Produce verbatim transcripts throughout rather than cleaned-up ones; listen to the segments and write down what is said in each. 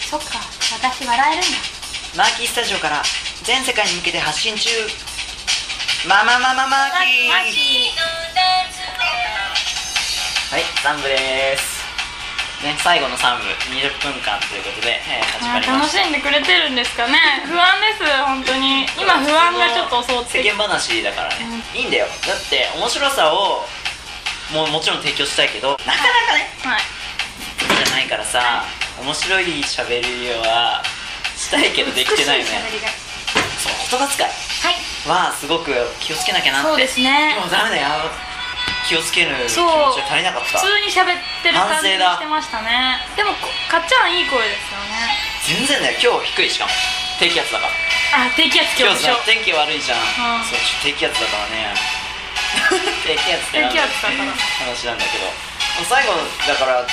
そっか、私笑えるんだ。 マーキースタジオから全世界に向けて発信中、マママママーキー。 マーキーはい、さん部ですね。最後のさん部にじゅっぷんかんということで、えー、始まりました。 楽しんでくれてるんですかね。不安です本当に。今不安がちょっと襲って世間話だからね、うん、いいんだよ。だって面白さをもうもちろん提供したいけど、なかなかね、 はい、 じゃないからさ、面白い喋りはしたいけどできてないよね。そう、言葉遣いはすごく気をつけなきゃなって。 そうですね。 もうダメだよ、気をつける気持ちが足りなかった。 普通に喋ってる感じしてましたね。でもかっちゃんいい声ですよね。 全然だよ、今日低い。しかも低気圧だから。 あ、低気圧今日今日さ、天気悪いじゃん、うん、そう、低気圧だからね低気圧ってなんだって話なんだけど、最後だから、うん、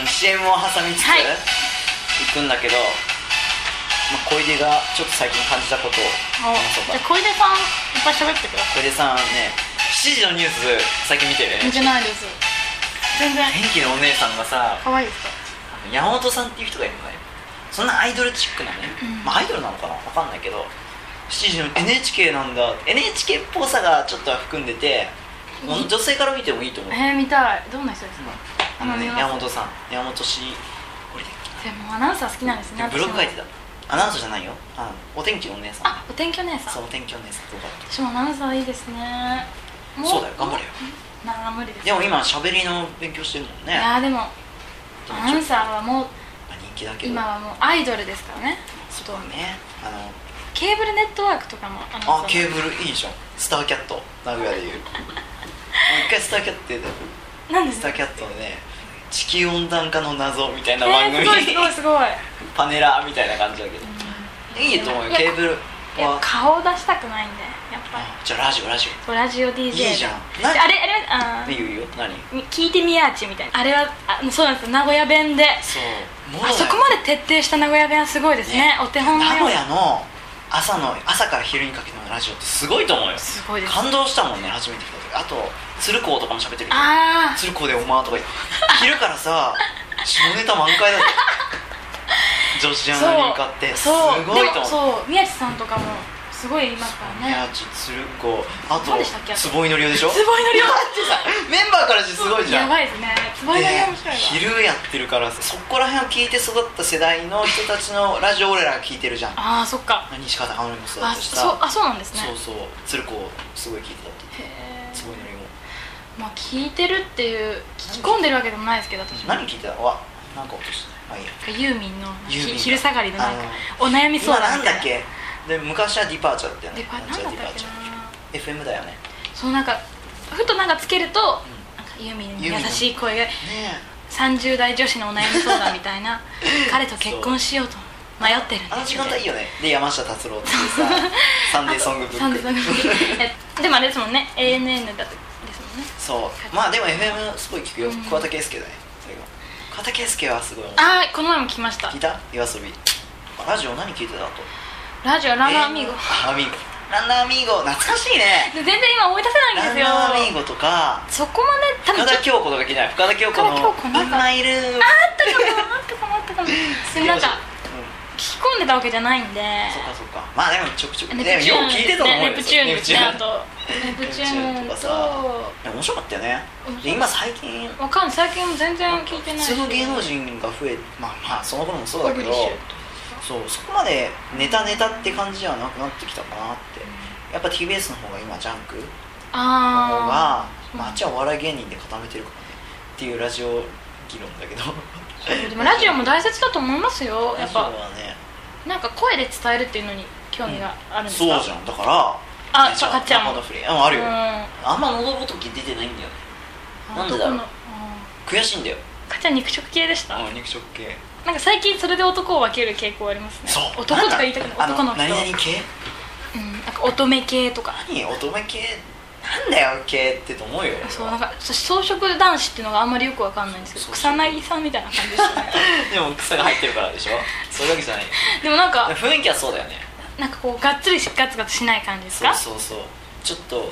シーエム を挟みつつ、はい、行くんだけど、まあ、小出がちょっと最近感じたことを話そうか。 じゃあ小出さんいっぱい喋ってください。 小出さんね、しちじのニュース最近見てるね。 見てないです、全然。 天気のお姉さんがさ、 可愛いですか。 山本さんっていう人がいるのね。そんなアイドルチックなね、うん、まあアイドルなのかな、分かんないけど、しちじの エヌエイチケー なんだ、 エヌエイチケー っぽさがちょっとは含んでて、うん、女性から見てもいいと思う。 えー、見たい。どんな人ですか。 あのね、山本さん、山本氏、これでもアナウンサー好きなんですね。 ブログ書いてた。アナウンサーじゃないよ、あのお天気のお姉さん。 あ、お天気お姉さん。 そう、お天気お姉さんとか。 私もアナウンサーいいですね。 そうだよ、頑張れよ。 なあ、無理です。 でも今喋りの勉強してるもんね。 いやでもアナウンサーはもう人気だけど、 今はもうアイドルですからね。 そうだね。あのケーブルネットワークとかもアナウンサー。あ、ケーブルいいじゃん。スターキャット、名古屋でいう一回スターキャットって何ですか。 スターキャットでね、地球温暖化の謎みたいな番組、 えー、すごいすごいすごいパネラーみたいな感じだけど、うん、いいと思うよ。ケーブルは顔出したくないんで、やっぱり。 じゃあラジオラジオラジオ ディージェーいいじゃん。 あれあれあいいよいいよ。何聞いてみやーちみたいな、あれはあそうなんですよ、名古屋弁で。 そう、 あそこまで徹底した名古屋弁はすごいですね、ね。お手本のような。 名古屋の朝の朝から昼にかけてのラジオってすごいと思うよ。 すごいです。 感動したもんね、初めて来た時。あと鶴光とかも喋ってる。 ああ、 鶴光でおまーとか昼からさ下ネタ満開だね女子アナに向かってすごいと思う。 そう、宮地さんとかもすごい言いますからね。 宮地、鶴光、あと坪井のりおでしょ。 坪井のりおってさ、メンバーからしてすごいじゃん。 やばいですね。坪井のりお面白いわ。 昼やってるからそこら辺を聞いて育った世代の人たちのラジオ俺らが聞いてるじゃん。 ああ、そっか。 西川貴教もそうだったしさ。 あ、そう、あ、そうなんですね。 そうそう、鶴光すごい聞いてたって言って。 へえ。 坪井のりおもまあ聞いてるっていう、聞き込んでるわけでもないですけど、私何聞いてたの。わ、なんか落としてない。あ、いいや。 ユーミンの昼下がりのなんかお悩み相談みたいな。 今なんだっけで、昔はディパーチャーだったよね。 ディパーチャー、なんだったっけな。 エフエム だよね。 そう、なんかふとなんかつけると、なんかユーミンの優しい声がさんじゅう代女子のお悩み相談みたいな彼と結婚しようと迷ってるんです。 あの時間帯いいよね。で、山下達郎っていうさサンデーソングブック。 サンデーソングブックでもあれですもんね、 エーエヌエヌ だとですもんね。 そう、まあでも エフエム すごい聞くよ。桑田佳祐だね。桑田佳祐はすごい。 ああ、この前も聞きました。 聞いた？夜遊び。ラジオ何聞いてた？あとラジオランナーアミーゴ。 アミーゴ、ランナーアミーゴ、懐かしいね。 全然今思い出せないんですよ。 ランナーアミーゴとか、 そこまで多分深田恭子とか聞いてない？深田恭子の今いる。 あったかも、あったかも、あったかも。でもなんか聞き込んでたわけじゃないんで。 そっかそっか。まあでもちょくちょくでもよく聞いてたと思うよ。 ネプチューンですね。あとネプチューンとかさ、 面白かったよね。今最近わかんない、最近全然聞いてないし。 普通の芸能人が増え、まあまあその頃もそうだけど、そう、そこまでネタネタって感じではなくなってきたかなって。やっぱ ティービーエス の方が今ジャンクの方が、まああっちはお笑い芸人で固めてるからねっていうラジオ議論だけどでもラジオも大切だと思いますよ。やっぱラジオはね、 なんか声で伝えるっていうのに興味があるんですか？ そうじゃん。だからあ、かっちゃんもあるよ。あんま喉仏出てないんだよね。なんでだろう。悔しいんだよ。 かっちゃん肉食系でした。 肉食系。 なんか最近それで男を分ける傾向ありますね。 そう、 男とか言いたくない。男の人。 何々系？ うん、なんか乙女系とか。 何乙女系なんだよ系ってと思うよ。 そう、なんか草食男子っていうのがあんまりよくわかんないんですけど、草薙さんみたいな感じですよねでも草が入ってるからでしょ。そういうわけじゃない。 でもなんか雰囲気はそうだよね。 なんかこうがっつりガツガツしない感じですか？ そうそうそう、ちょっと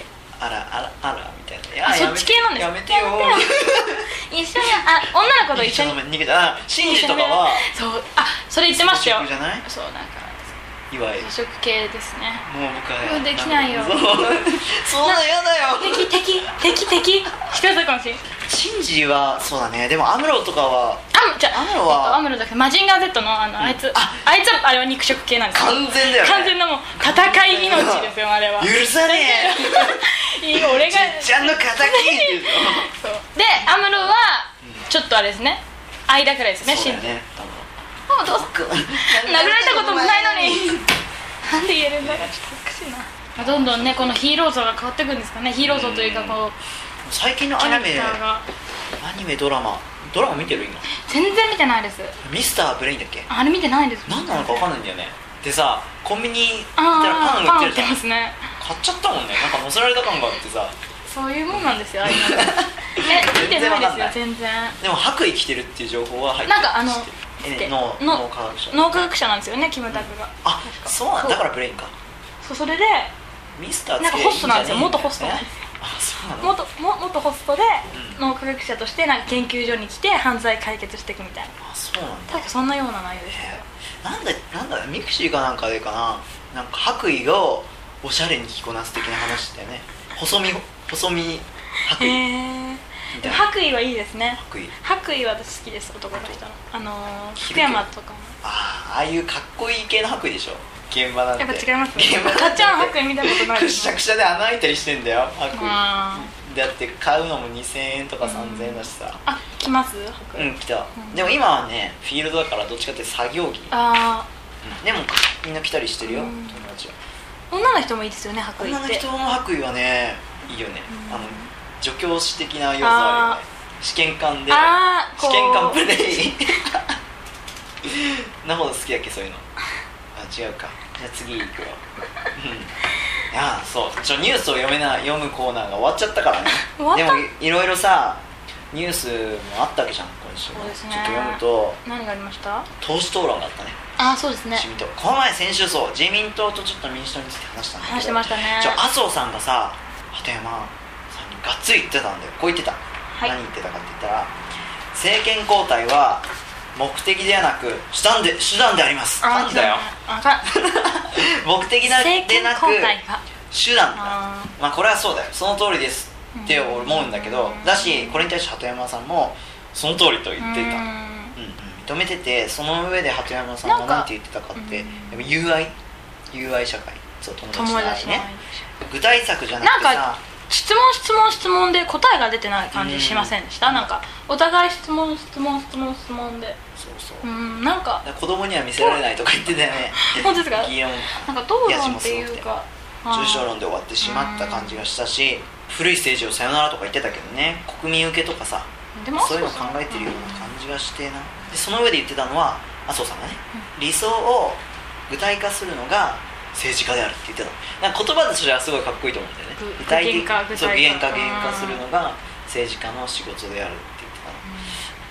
あらあらあらみたいな、いやあそっち系なんですやめてよ一緒にあ女の子と一緒に逃げた。シンジとかはそうあそれ言ってましたよ。 草食じゃない？ そうなんかいわゆる草食系ですね。 もう僕はできないよ。 そうそんな嫌だよ。 敵敵敵敵してたかもしれん。 シンジはそうだね。でもアムロとかはアムじゃアムロはアムロだけどマジンガー Z のあの、うん、あいつああいつはあれは肉食系なんですよ。 完全だよね。 完全なもう戦い命ですよあれは。 許さねえ。いい俺がじっちゃんの敵って言うそうでアムロはちょっとあれですね。間くらいですね。 そうだよね。 もうどうす殴られたこともないのになんで言えるんだろう。ちょっとおかしいな。まあ、どんどんねこのヒーロー像が変わっていくんですかね。ヒーロー像というかこう最近のアニメアニメドラマドラマ見てる今？ 全然見てないです。 ミスターブレインだっけ？ あれ見てないです。 何なのか分かんないんだよね。でさコンビニ行ったらパン売ってるじゃん。 ますね。 買っちゃったもんね。なんか乗せられた感があってさ。 そういうもんなんですよああいうの。え見てないですよ全然。 でも白衣着てるっていう情報は入ってる。 なんかあの脳脳科学者脳科学者なんですよねキムタクが。 あそうなんだからブレインか。 そうそれでミスターなんかホストなんですよ。元ホストなんですよ。 あそうなの。 元元ホストで脳科学者としてなんか研究所に来て犯罪解決していくみたいな。 あそうなんだ。 確かそんなような内容ですけど。なんだなんだミクシーかなんかでかな。なんか白衣をおしゃれに着こなす的な話だよね。細身細身白衣。 へえ。白衣はいいですね。 白衣。 白衣は私好きです男の人の。あの福山とかも。 ああああいうかっこいい系の白衣でしょ。現場なんて。 やっぱ違いますね。かっちゃんの白衣見たことない。 くしゃくしゃで穴開いたりしてんだよ白衣。 だって買うのもにせんえんとかさんぜんえんだしさ。 あ来ます白衣。 うん来た。でも今はねフィールドだからどっちかって作業着。 ああ。 でもみんな着たりしてるよ友達は。 女の人もいいですよね白衣って。 女の人の白衣はねいいよね。あの助教師的な要素あるよね。試験官で試験官プレイなほど好きだっけそういうの。あ違うか。じゃあ次行くわ。いやそうちょニュースを読めな読むコーナーが終わっちゃったからね。でもいろいろさニュースもあったわけじゃん今週も。そうですね。ちょっと読むと何がありました？ 党首討論があったね。 あそうですね。 自民党この前先週そう自民党とちょっと民主党について話したんだけど。 話してましたね。 ちょ麻生さんがさ鳩山さんにがっつり言ってたんだよ。こう言ってた、はい、何言ってたかって言ったら政権交代は目的ではなく手段で手段であります。 あんだよ目的でなく手段だ。まあこれはそうだよその通りですって思うんだけどだしこれに対して鳩山さんもその通りと言っていた。うん、うん、認めててその上で鳩山さんが何て言ってたかってやっぱ友愛友愛社会そう友達の愛ね。具体策じゃなくてさ質問質問質問で答えが出てない感じしませんでした？なんかお互い質問質問質問質問でそうそううんなんか子供には見せられないとか言ってたよね。 本当ですか？ 議論なんか討論っていうか重症論で終わってしまった感じがしたし古い政治をさよならとか言ってたけどね国民受けとかさそういうの考えてるような感じがしてな。でその上で言ってたのは麻生さんがね、うん、理想を具体化するのが政治家であるって言ってた。なんか言葉としてはすごいかっこいいと思うんだよね。具体的そう具現化現化するのが政治家の仕事であるって言ってたの、うん、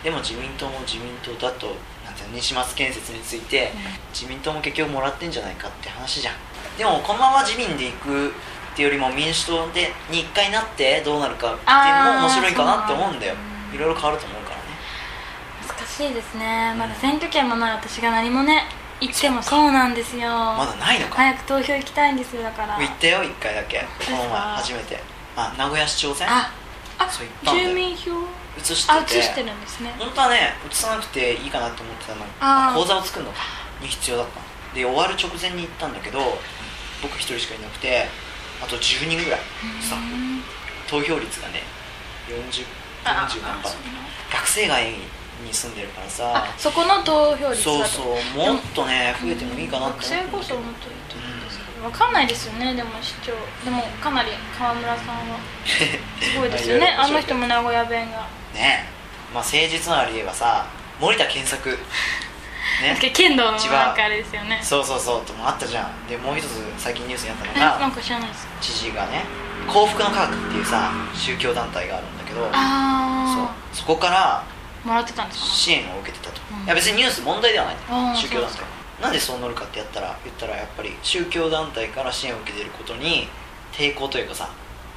でも自民党も自民党だとなんて西松建設について、うん、自民党も結局もらってんじゃないかって話じゃん。でもこのまま自民でいくっていうよりも民主党でに一回なってどうなるかっていうのも面白いかなって思うんだよ。いろいろ変わると思うからね。 難しいですね。まだ選挙権もない私が何もね行ってもそうなんですよ。 まだないのか。 早く投票行きたいんですよ。だから行ったよいっかいだけこの前初めて。あ名古屋市長選ああそう行ったんだよ。 住民票移しててあ移してるんですね。 本当はね移さなくていいかなと思ってたのあ口座を作るのに必要だったので終わる直前に行ったんだけど僕一人しかいなくてあとじゅうにんぐらいスタッフ投票率がねよんじゅう、よんじゅう何パー学生街に住んでるからさあそこの投票率だとそうそうもっとね増えてもいいかなって思って学生こそもっといいと思うんですけど分かんないですよね。でも市長でもかなり川村さんはすごいですよねあの人も名古屋弁がねえまあ誠実なあり言えばさ森田健作ね、剣道のなんかあれですよね。 そうそうそうともあったじゃん。でもう一つ最近ニュースにあったのがなんか知らないです。 知事がね幸福の科学っていうさ宗教団体があるんだけどあそうそこからもらってたんですか支援を受けてたと、うん、いや別にニュース問題ではない宗教団体なんでそう乗るかってやったら言ったらやっぱり宗教団体から支援を受けてることに抵抗というかさ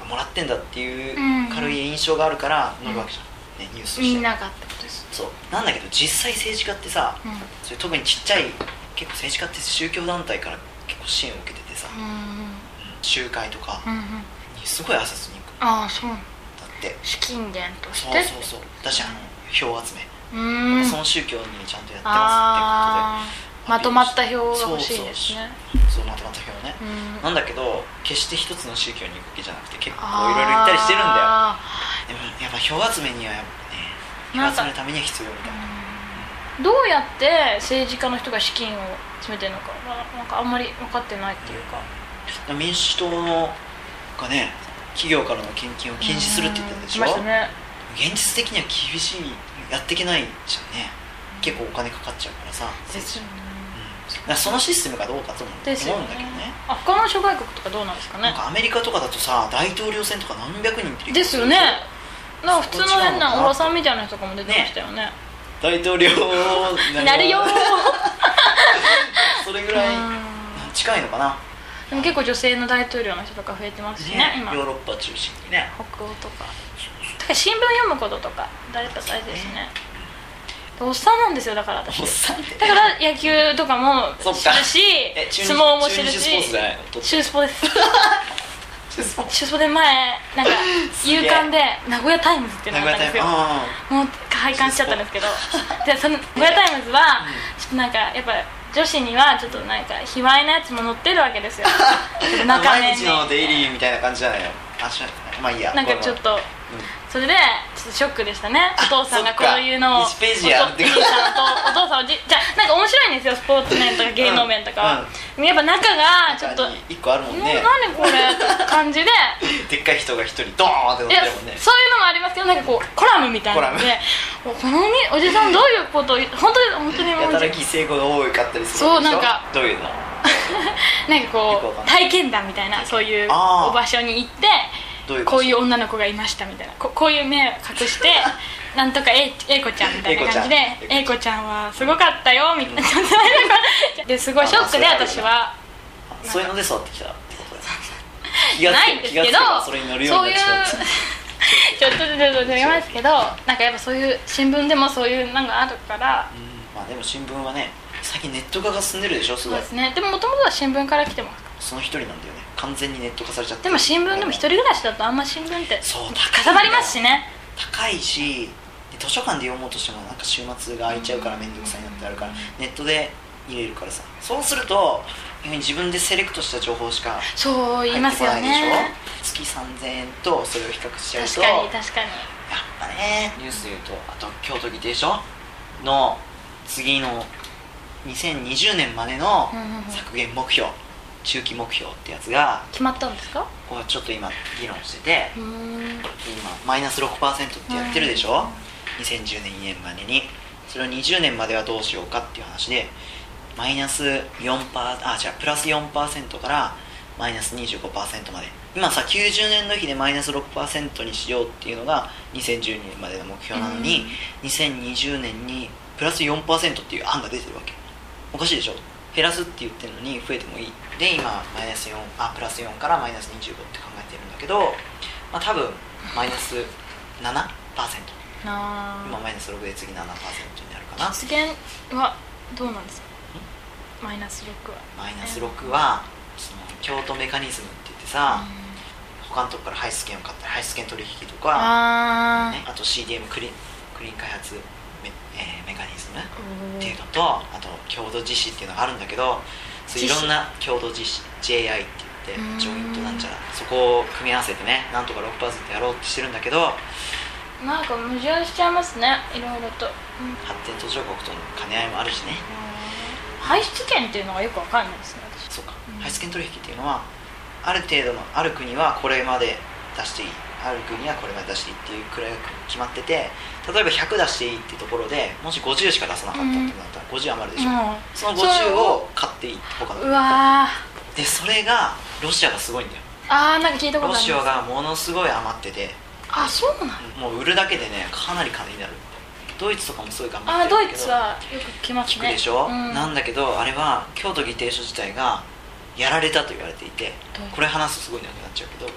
もらってんだっていう軽い印象があるから乗るわけじゃん、ね、ニュースとしてみんながってことです。 そうなんだけど実際政治家ってさ、 うん、 それ特にちっちゃい結構政治家って宗教団体から結構支援を受けててさ、 うんうん、 集会とかにすごい浅瀬に行く。 ああそうだって資金源としてそうそうそうだしあの票集め、 うん、 その宗教にちゃんとやってますっていうことでまとまった票が欲しいですね。 そうそうそうまとまった票ね、うん、なんだけど決して一つの宗教に行くわけじゃなくて結構いろいろ行ったりしてるんだよ。でもやっぱ票集めにはやっぱね票集めるためには必要みたいな。 どうやって政治家の人が資金を集めてるのか、まあ、なんかあんまり分かってないっていうか、 民主党のがね企業からの献金を禁止するって言ってたでしょ、うんね、現実的には厳しいやっていけないじゃんね。結構お金かかっちゃうからさですよね、 うん、だからそのシステムがどうかと思うんだけどね。 あ他の諸外国とかどうなんですかね。 なんかアメリカとかだとさ大統領選とか何百人ってですよね。なんか普通の変なおばさんみたいな人とかも出てましたよね。ね大統領になるよそれぐらい近いのかな。 でも結構女性の大統領の人とか増えてますし ね, ね今ヨーロッパ中心にね北欧とかだから新聞読むこととか大事ですね。おっさんなんですよだから私。だから野球とかも知るし相撲も知るし。 中日スポーツじゃないの。 中スポです中スポで前なんか夕刊で名古屋タイムズっていうのがあったんですよ。もう拝観しちゃったんですけどでその名古屋タイムズはちょっとなんかやっぱ女子にはちょっとなんか卑猥なやつも載ってるわけですよ毎日のデイリーみたいな感じじゃないよ。あしまあいいや。 なんかちょっと、うん、それでちょっとショックでしたね。お父さんがこういうのをいちページやってお父さんとお父さんをじじゃなんか面白いんですよスポーツ面とか芸能面とかは、うん、やっぱ中がちょっといっこあるもんね。 何これって感じででっかい人が一人ドーンって乗ってるもんね。 そういうのもありますけどなんかこうコラムみたいなのでこのおじさんどういうことを本当に本当にやたら犠牲語が多かったりするそうなんかどういうのなんかこう体験談みたいなそういうお場所に行ってどういうこういう女の子がいましたみたいな こ, こういう目を隠してなんとか A, A 子ちゃんみたいな感じで A 子ちゃんはすごかったよみたいな、うん、ですごいショックで私はそういうので育ってきたってことじゃないんですけどそういうちょっとちょっと違いますけどなんかやっぱそういう新聞でもそういうのがあるから、 うん、まあでも新聞はね最近ネット化が進んでるでしょすごい。 そうですね。でももともとは新聞から来てますからその一人なんだよね。完全にネット化されちゃって。 でも新聞でも一人暮らしだとあんま新聞ってそうかさばりますしね。 高いし図書館で読もうとしてもなんか週末が空いちゃうから面倒くさいなってあるからネットで入れるからさそうすると自分でセレクトした情報しかそう言いますよね。 月さんぜんえんとそれを比較しちゃうと確かに確かにやっぱねニュースで言うとあと京都議定書の次のにせんにじゅうねんまでの削減目標、うんうんうん、中期目標ってやつが決まったんですか。 こうちょっと今議論してて今マイナス ろくパーセント ってやってるでしょにせんじゅうねんまでにそれをにじゅうねんまではどうしようかっていう話でマイナス よんパーセント あじゃあプラス よんパーセント からマイナス にじゅうごパーセント まで今さきゅうじゅうねんの比でマイナス ろくパーセント にしようっていうのがにせんじゅうねんまでの目標なのににせんにじゅうねんにプラス よんパーセント っていう案が出てるわけ。おかしいでしょ。減らすって言ってるのに増えてもいいで今マイナスよんあプラスよんからマイナスにじゅうごって考えてるんだけど、まあ、多分マイナス ななパーセント 今マイナスろくで次 ななパーセント になるかな。 実現はどうなんですか。マイナスろくはマイナスろくはその京都メカニズムって言ってさ、うん、他のとこから排出権を買ったり排出権取引とか あ,、ね、あと シーディーエム クリーンクリーン開発メ, えー、メカニズムっていうのとあと共同実施っていうのがあるんだけどそういろんな共同実施 ジェイアイ って言ってジョイントなんちゃらそこを組み合わせてねなんとか ろくパーセント やろうってしてるんだけどなんか矛盾しちゃいますねいろいろと、 うん、発展途上国との兼ね合いもあるしね。 排出権っていうのがよくわかんないですね私。 そうか、うん、排出権取引っていうのはある程度のある国はこれまで出していいある国はこれまで出していいっていうくらいが決まってて例えばひゃく出していいっていうところでもしごじゅうしか出さなかったってなったらごじゅう余るでしょ、うん、そのごじゅうを買っていい他のうわでそれがロシアがすごいんだよ。 あーなんか聞いたことある。 ロシアがものすごい余っててあそうなのもう売るだけでねかなり金になる。ドイツとかもすごい頑張ってるけどあドイツはよく来ますね。 聞くでしょ、 うん、 なんだけどあれは京都議定書自体がやられたと言われていてこれ話すとすごいなくなっちゃうけど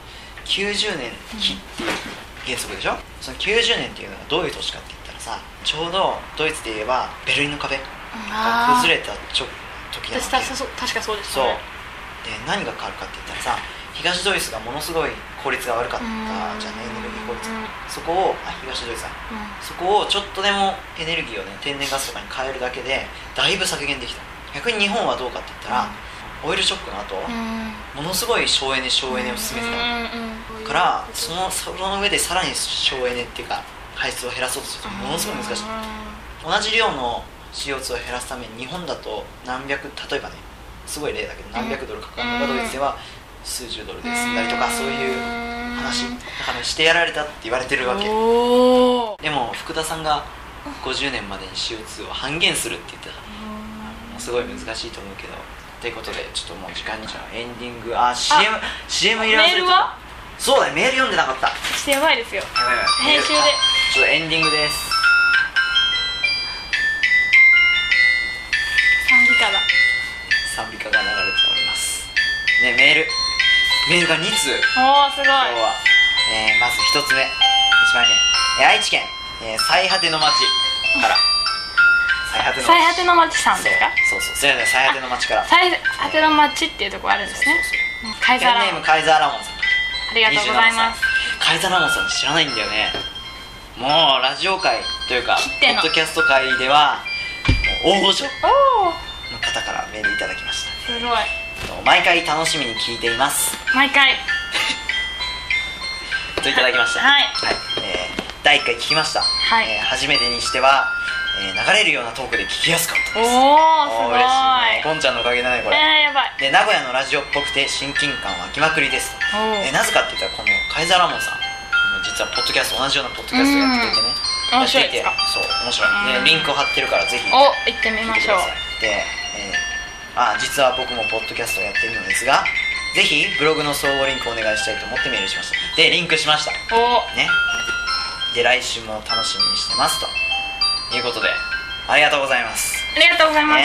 きゅうじゅうねん期っていう原則でしょ。そのきゅうじゅうねんっていうのがどういう年かって言ったらさ、ちょうどドイツで言えばベルリンの壁が崩れたちょ時なので、 確かそうですね。そうで、何が変わるかって言ったらさ、東ドイツがものすごい効率が悪かったじゃんね、エネルギー効率。そこをあ東ドイツだ、うん、そこをちょっとでもエネルギーをね天然ガスとかに変えるだけでだいぶ削減できた。逆に日本はどうかって言ったら、うん、オイルショックの後、うん、ものすごい省エネ省エネを進めてた、うんうん、からそのその上でさらに省エネっていうか排出を減らそうとするとものすごい難しい、うん、同じ量の シーオーツー を減らすために日本だと何百、例えばねすごい例だけど何百ドルかかるのがドイツでは数十ドルで済んだりとか、そういう話だからしてやられたって言われてるわけ。でも福田さんがごじゅうねんまでに シーオーツー を半減するって言ってた。もうすごい難しいと思うけど、ということでちょっともう時間にじゃあエンディング、あ シーエム シーエム 入れ忘れてた。メールはそうだよ、メール読んでなかった。ちょっとやばいですよ、やばいやばい編集で。 ちょっとエンディングです。 賛美歌だ。 賛美歌が流れておりますね。メールメールがに通。 おーすごい。今日は、えー、まずひとつめ、いちまいめ、えー、愛知県、えー、最果ての町から最果ての町、最果ての町さんですか。 そうそうそう、最果ての町から、 最果ての町っていうところあるんですね。そうそうそう、カイザーラモン、 ペンネームカイザーラモンさん、 ありがとうございます。 カイザーラモンさん知らないんだよね。もうラジオ界というかポッドキャスト界ではもう大御所の方からメールいただきました。 すごい。 毎回楽しみに聞いています。 毎回といただきました。 はい、 はい、えー、だいいっかい聞きました。 はい、 えー、初めてにしては、えー、流れるようなトークで聞きやすかったです。 おーすごい。 嬉しいね。ゴンちゃんのおかげだねこれ。 えー、やばい。 で名古屋のラジオっぽくて親近感湧きまくりです。えー、なぜかって言ったらこのカイザーラモンさん実はポッドキャスト同じようなポッドキャストやっていてね、 面白いですか。 そう面白いで、リンクを貼ってるからぜひお行ってみましょう。 で、えー、あ実は僕もポッドキャストをやってるのですが、ぜひブログの総合リンクをお願いしたいと思ってメールしました。でリンクしました。 おね。で来週も楽しみにしてますということで、ありがとうございます。 ありがとうございます、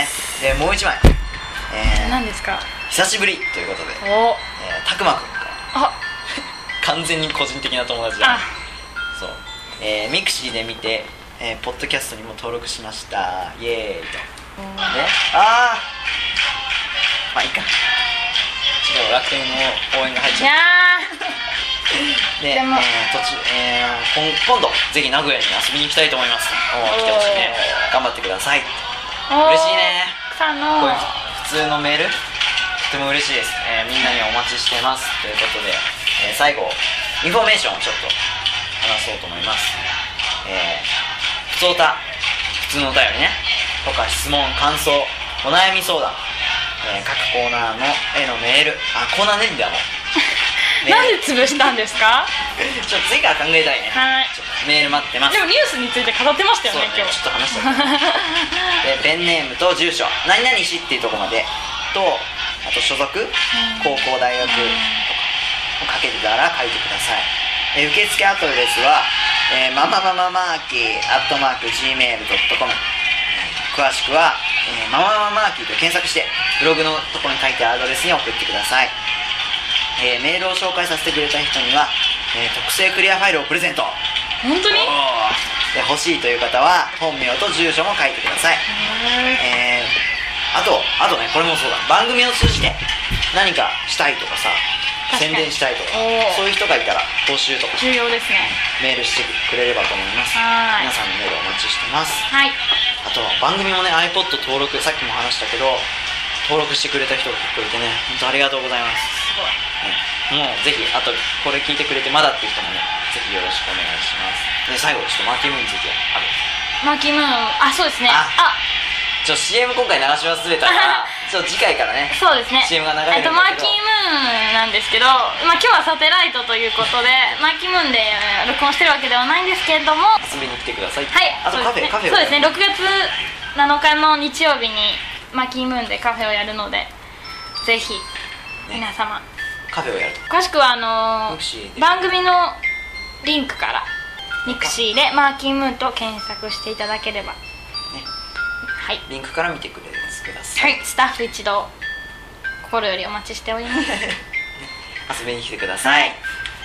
ね、でもう一枚、えー、 何ですか。 久しぶりということで、 お、 えー、たくまくんからあ完全に個人的な友達だ。そう、えー、ミクシーで見て、えー、ポッドキャストにも登録しました。イエーイと。ね、ああまあいいか、ちょっと楽天の応援が入っちゃったで、えー、途中、えー、今度ぜひ名古屋に遊びに行きたいと思います。お来てほしいね。頑張ってください。嬉しいね。こういう普通のメールとても嬉しいです、えー、みんなにお待ちしてますということで、えー、最後インフォメーションをちょっと話そうと思います。えー、普通歌、普通のお便りねとか質問、感想、お悩み相談、えー、各コーナーのへのメール、あコーナーねんだよもうなんで潰したんですかちょっと次から考えたいね。 はい、 メール待ってます。 でもニュースについて語ってましたよね、 ね、 今日。 ちょっと話したでペンネームと住所、何々市っていうところまでと、あと所属、高校大学とかをかけてたら書いてください。え受付アドレスは、えー、マママママーキーアットマーク ジーメールドットコム、 詳しくは、えー、マママママーキーと検索してブログのところに書いてあるアドレスに送ってください。えー、メールを紹介させてくれた人には、えー、特製クリアファイルをプレゼント。 本当にで欲しいという方は本名と住所も書いてください。えー、あとあとね、これもそうだ、番組を通じて何かしたいとかさ、宣伝したいとか、そういう人がいたら募集とか重要ですね。 メールしてくれればと思います。皆さんのメールをお待ちしてます。 はい。 あと番組もね iPod 登録、さっきも話したけど登録してくれた人が結構いてね、本当ありがとうございます。 すごい、 ね、もうぜひ、あとこれ聞いてくれてまだっていう人もね、ぜひよろしくお願いします。で最後ちょっとマーキームーンについてある。 マーキームーン、あそうですね、ああちょ シーエム 今回流し忘れたからちょっと次回からね、 そうですね、 シーエム が流れるんだけど、 マーキームーンなんですけど、まあ、今日はサテライトということでマーキームーンで録音してるわけではないんですけれども、 遊びに来てください。 はい、 あとカフェ、 ね、 カフェをそうですね、ろくがつなのかの日曜日にマーキームーンでカフェをやるので、ぜひ皆様、ね、 カフェをやると、 詳しくはあのー、番組のリンクからミクシーでマーキームーンと検索していただければ、ね、はい、 リンクから見てくれください。 はい、スタッフ一同心よりお待ちしております遊びに来てください、はい、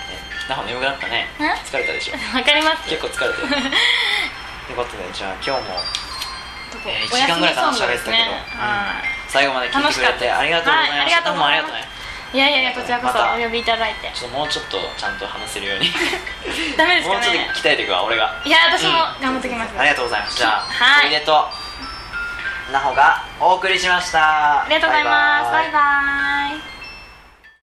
なほ眠くなったね。疲れたでしょ。 わかります。 結構疲れてるということで、じゃあ今日もいちじかんぐらいかな喋ってたけど、最後まで聞いてくれてありがとうございました。ありがとうございます。 いやいやいや、こちらこそお呼びいただいて、 ちょっともうちょっとちゃんと話せるようにダメですかね。 もうちょっと鍛えていくわ、俺が。 いや、私も頑張ってきます。 ありがとうございます。じゃあ小出となほがお送りしました。 ありがとうございます。バイバイ。